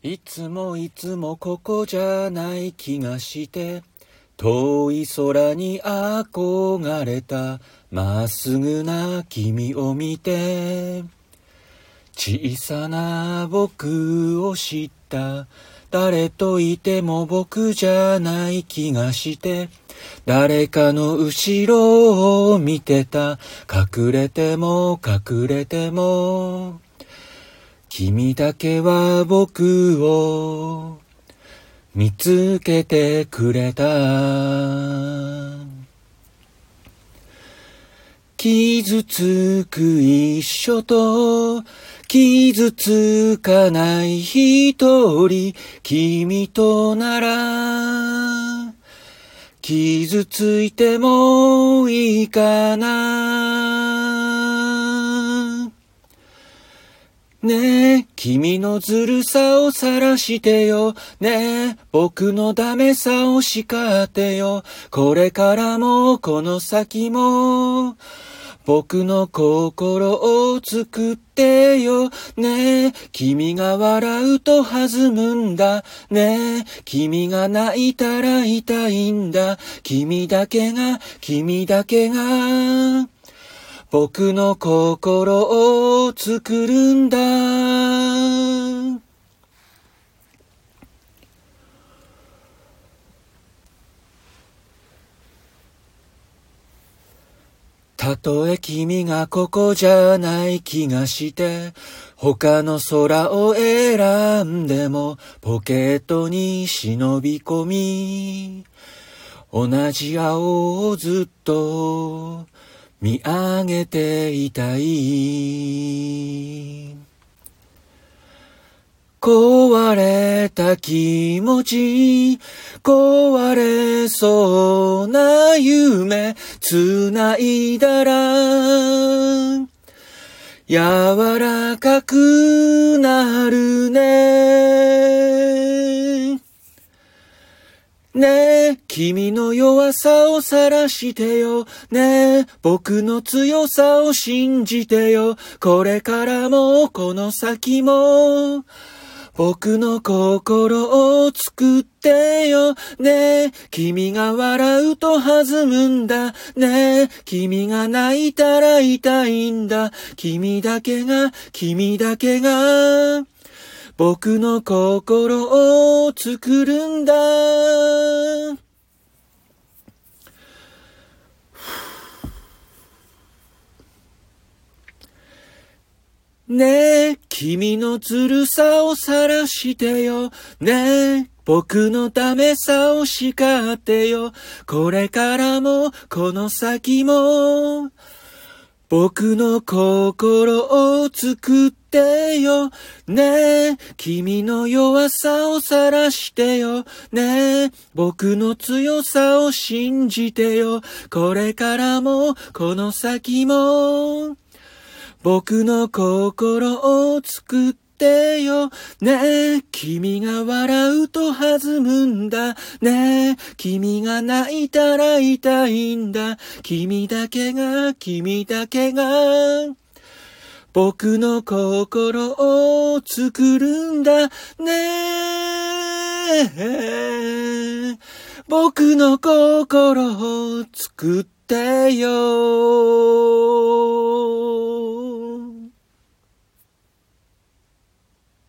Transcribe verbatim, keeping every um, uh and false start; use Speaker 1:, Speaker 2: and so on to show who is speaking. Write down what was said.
Speaker 1: いつもいつもここじゃない気がして遠い空に憧れたまっすぐな君を見て小さな僕を知った誰といても僕じゃない気がして誰かの後ろを見てた隠れても隠れても君だけは僕を見つけてくれた傷つく一緒と傷つかない一人君となら傷ついてもいいかなねえ君のずるさを晒してよねえ僕のダメさを叱ってよこれからもこの先も僕の心を作ってよねえ君が笑うと弾むんだねえ君が泣いたら痛いんだ君だけが君だけが僕の心を作るんだたとえ君がここじゃない気がして他の空を選んでもポケットに忍び込み同じ青をずっと見上げていたい壊れた気持ち壊れそうな夢つないだら柔らかくなるねねえ君の弱さを晒してよねえ僕の強さを信じてよこれからもこの先も僕の心を作ってよねえ君が笑うと弾むんだねえ君が泣いたら痛いんだ君だけが君だけが僕の心を作るんだねえ君のずるさを晒してよねえ僕のダメさを叱ってよこれからもこの先も僕の心を作ってよねえ君の弱さを晒してよねえ僕の強さを信じてよこれからもこの先も僕の心を作ってよねえ君が笑うと弾むんだねえ君が泣いたら痛いんだ君だけが君だけが僕の心を作るんだねえ僕の心を作ってよ